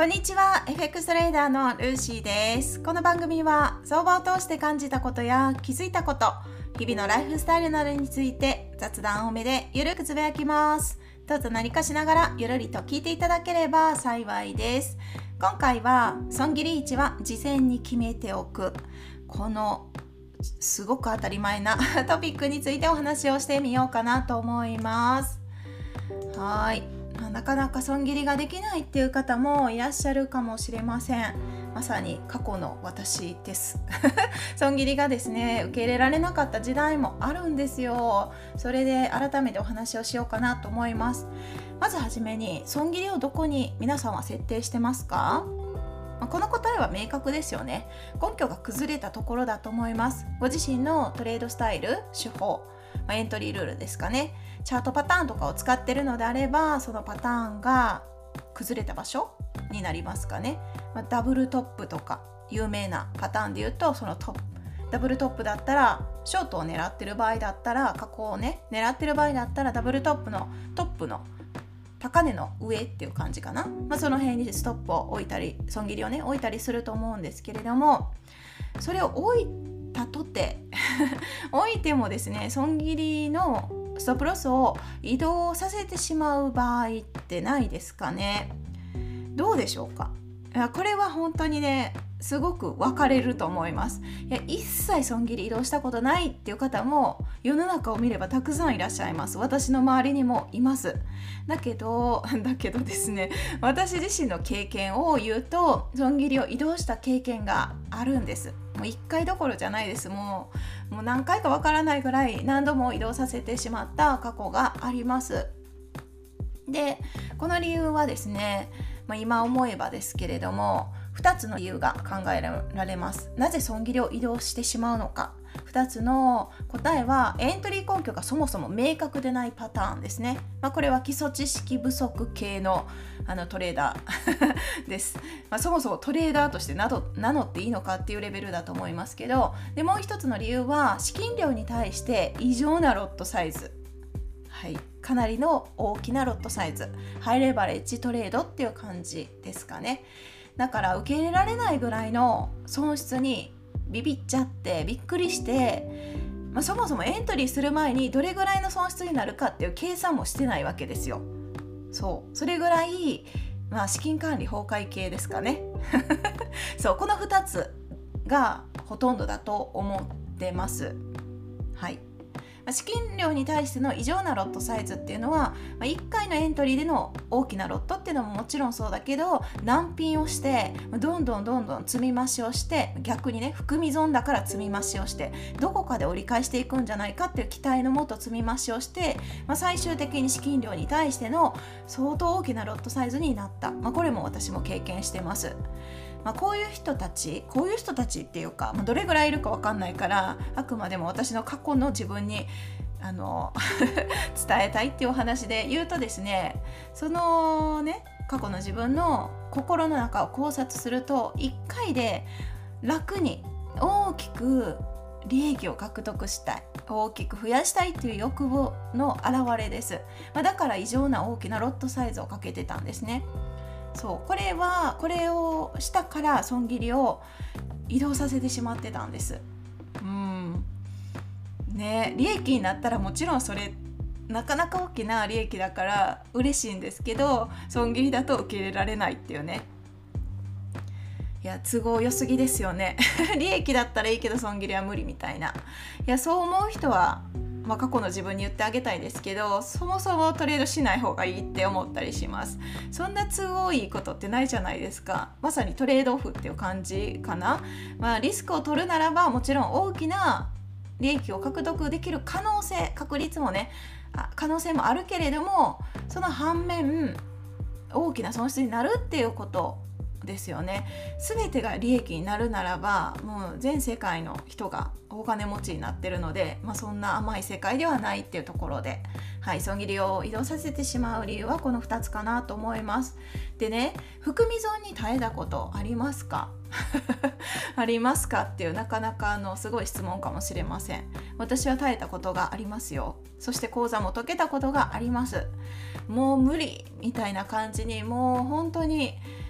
んにちは。FX トレーダーのルーシーです。この番組は相場を通して感じたことや気づいたこと、日々のライフスタイルなどについて雑談多めでゆるくつぶやきます。どうぞ何かしながらゆるりと聞いていただければ幸いです。今回は損切り位置は事前に決めておく、このすごく当たり前なトピックについてお話をしてみようかなと思います。はい、なかなか損切りができないっていう方もいらっしゃるかもしれません。まさに過去の私です損切りがですね受け入れられなかった時代もあるんですよ。それで改めてお話をしようかなと思います。まずはじめに、損切りをどこに皆さんは設定してますか？この答えは明確ですよね。根拠が崩れたところだと思います。ご自身のトレードスタイル、手法、エントリールールですかね、チャートパターンとかを使っているのであれば、そのパターンが崩れた場所になりますかね。ダブルトップとか有名なパターンで言うと、そのダブルトップだったらショートを狙ってる場合だったら、下降をね狙ってる場合だったらダブルトップの高値の上っていう感じかな。その辺にストップを置いたり、損切りをね置いたりすると思うんですけれども、それを置いたとて置いてもですね、損切りのストップロスを移動させてしまう場合ってないですかね。どうでしょうか。これは本当にねすごく分かれると思います。一切損切り移動したことないっていう方も世の中を見ればたくさんいらっしゃいます。私の周りにもいます。だけどですね、私自身の経験を言うと、損切りを移動した経験があるんです。もう1回どころじゃないです。もう何回かわからないぐらい何度も移動させてしまった過去があります。で、この理由はですね、今思えばですけれども、2つの理由が考えられます。なぜ損切りを移動してしまうのか。2つの答えは、エントリー根拠がそもそも明確でないパターンですね。これは基礎知識不足系のトレーダーです。そもそもトレーダーとして名乗っていいのかっていうレベルだと思いますけど、でもう一つの理由は、資金量に対して異常なロットサイズ、かなりの大きなロットサイズ、ハイレバレッジトレードっていう感じですかね。だから受け入れられないぐらいの損失にビビっちゃってびっくりして、そもそもエントリーする前にどれぐらいの損失になるかっていう計算もしてないわけですよ。それぐらい、資金管理崩壊系ですかねこの2つがほとんどだと思ってます。資金量に対しての異常なロットサイズっていうのは、1回のエントリーでの大きなロットっていうのももちろんそうだけど、難品をしてどんどん積み増しをして、逆にね含み損だから積み増しをして、どこかで折り返していくんじゃないかっていう期待のもと積み増しをして、最終的に資金量に対しての相当大きなロットサイズになった、これも私も経験してます。こういう人たちっていうか、どれぐらいいるか分かんないから、あくまでも私の過去の自分に伝えたいっていうお話で言うとですね、そのね過去の自分の心の中を考察すると、1回で楽に大きく利益を獲得したい、大きく増やしたいっていう欲望の表れです。だから異常な大きなロットサイズをかけてたんですね。これをしたから損切りを移動させてしまってたんです。利益になったらもちろんそれなかなか大きな利益だから嬉しいんですけど、損切りだと受け入れられないっていうね。都合良すぎですよね利益だったらいいけど損切りは無理みたいな。そう思う人は過去の自分に言ってあげたいですけど、そもそもトレードしない方がいいって思ったりします。そんな都合いいことってないじゃないですか。まさにトレードオフっていう感じかな。リスクを取るならば、もちろん大きな利益を獲得できる確率もね、可能性もあるけれども、その反面大きな損失になるっていうことですよね。全てが利益になるならば、もう全世界の人が大金持ちになってるので、そんな甘い世界ではないっていうところで、損切りを移動させてしまう理由はこの2つかなと思います。でね、含み損に耐えたことありますかありますかっていう、なかなかすごい質問かもしれません。私は耐えたことがありますよ。そして講座も解けたことがあります。もう無理みたいな感じに、もう本当に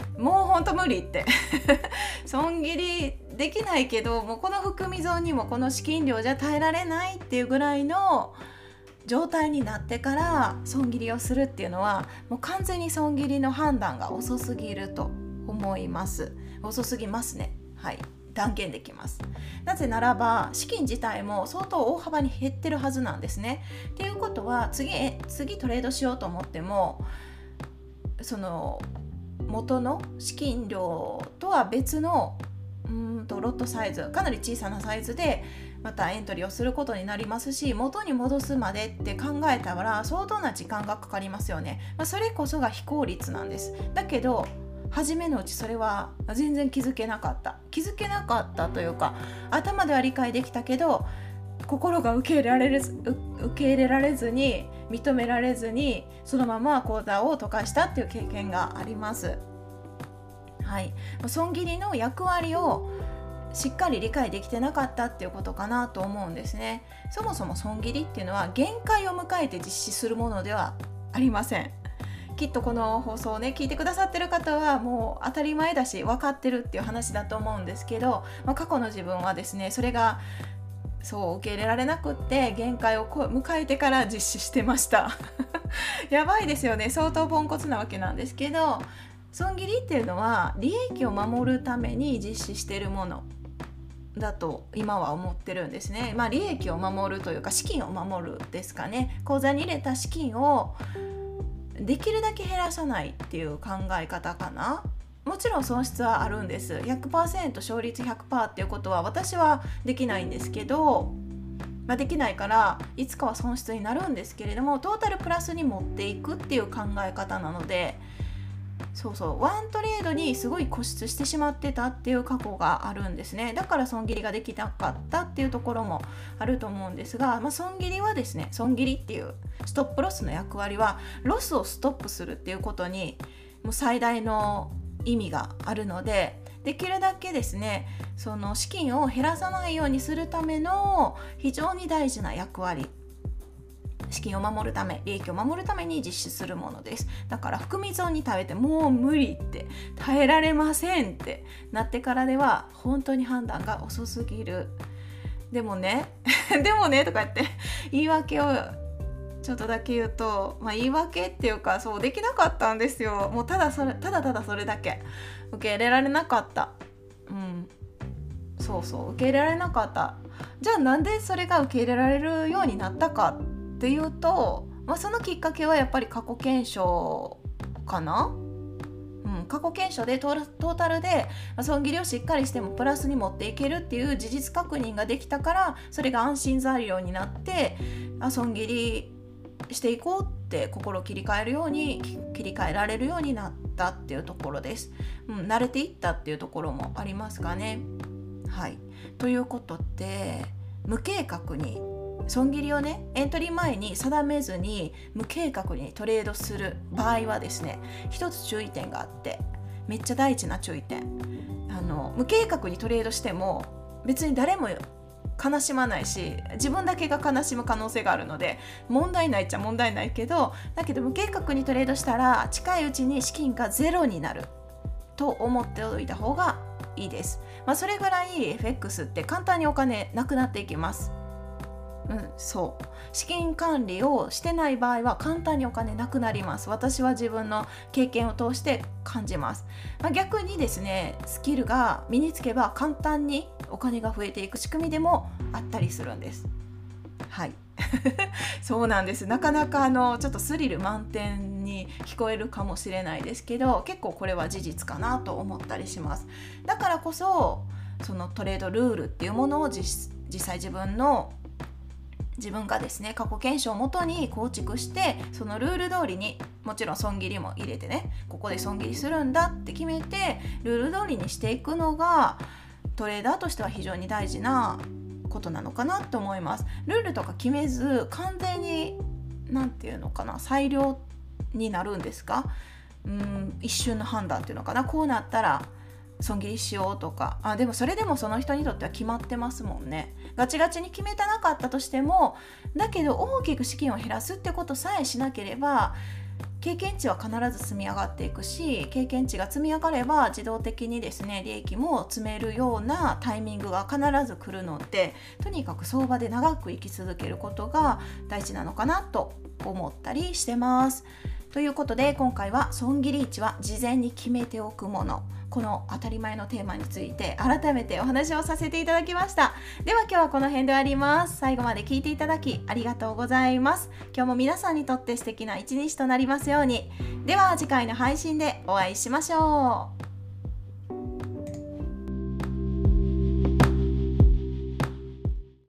もうほんと無理って損切りできないけど、もうこの含み損にもこの資金量じゃ耐えられないっていうぐらいの状態になってから損切りをするっていうのは、もう完全に損切りの判断が遅すぎると思います。遅すぎますね。はい、断言できます。なぜならば資金自体も相当大幅に減ってるはずなんですね。っていうことは次トレードしようと思っても、その元の資金量とは別のロットサイズ、かなり小さなサイズでまたエントリーをすることになりますし、元に戻すまでって考えたら相当な時間がかかりますよね。それこそが非効率なんです。だけど初めのうちそれは全然気づけなかったというか、頭では理解できたけど心が受け入れられずに、認められずに、そのまま口座を溶かしたっていう経験があります。はい、損切りの役割をしっかり理解できてなかったっていうことかなと思うんですね。そもそも損切りっていうのは限界を迎えて実施するものではありません。きっとこの放送をね聞いてくださってる方はもう当たり前だし分かってるっていう話だと思うんですけど、過去の自分はですね、それがそう受け入れられなくって限界を迎えてから実施してましたやばいですよね。相当ポンコツなわけなんですけど、損切りっていうのは利益を守るために実施しているものだと今は思ってるんですね。利益を守るというか資金を守るですかね。口座に入れた資金をできるだけ減らさないっていう考え方かな。もちろん損失はあるんです。 100% 勝率 100% っていうことは私はできないんですけど、できないからいつかは損失になるんですけれども、トータルプラスに持っていくっていう考え方なので、ワントレードにすごい固執してしまってたっていう過去があるんですね。だから損切りができなかったっていうところもあると思うんですが、損切りはですね、損切りっていうストップロスの役割はロスをストップするっていうことにもう最大の意味があるので、できるだけですね、その資金を減らさないようにするための非常に大事な役割、資金を守るため、利益を守るために実施するものです。だから含み損に耐えてもう無理って、耐えられませんってなってからでは本当に判断が遅すぎる。でもねとか言って言い訳をちょっとだけ言うと、言い訳っていうか、そうできなかったんですよ。もうただただそれだけ受け入れられなかった。受け入れられなかった。じゃあなんでそれが受け入れられるようになったかっていうと、そのきっかけはやっぱり過去検証かな。過去検証でトータルで損切りをしっかりしてもプラスに持っていけるっていう事実確認ができたから、それが安心材料になって、損切りしていこうって心切り替えられるようになったっていうところです。慣れていったっていうところもありますかね。はい、ということで、無計画に損切りをねエントリー前に定めずに無計画にトレードする場合はですね、一つ注意点があって、めっちゃ大事な注意点。無計画にトレードしても別に誰も悲しまないし、自分だけが悲しむ可能性があるので問題ないっちゃ問題ないけど、だけど無計画にトレードしたら近いうちに資金がゼロになると思っておいた方がいいです。それぐらい FX って簡単にお金なくなっていきます。資金管理をしてない場合は簡単にお金なくなります。私は自分の経験を通して感じます。逆にですね、スキルが身につけば簡単にお金が増えていく仕組みでもあったりするんです。はいそうなんです。なかなかちょっとスリル満点に聞こえるかもしれないですけど、結構これは事実かなと思ったりします。だからこそそのトレードルールっていうものを実際自分がですね過去検証をもとに構築して、そのルール通りに、もちろん損切りも入れてね、ここで損切りするんだって決めてルール通りにしていくのがトレーダーとしては非常に大事なことなのかなと思います。ルールとか決めず完全に裁量になるんですか、一瞬の判断っていうのかな。こうなったら損切りしようとか、でもそれでもその人にとっては決まってますもんね。ガチガチに決めたなかったとしても、だけど大きく資金を減らすってことさえしなければ経験値は必ず積み上がっていくし、経験値が積み上がれば自動的にですね、利益も積めるようなタイミングが必ず来るので、とにかく相場で長く生き続けることが大事なのかなと思ったりしてます。ということで、今回は損切り位置は事前に決めておくもの、この当たり前のテーマについて改めてお話をさせていただきました。では今日はこの辺で終わります。最後まで聞いていただきありがとうございます。今日も皆さんにとって素敵な一日となりますように。では次回の配信でお会いしましょう。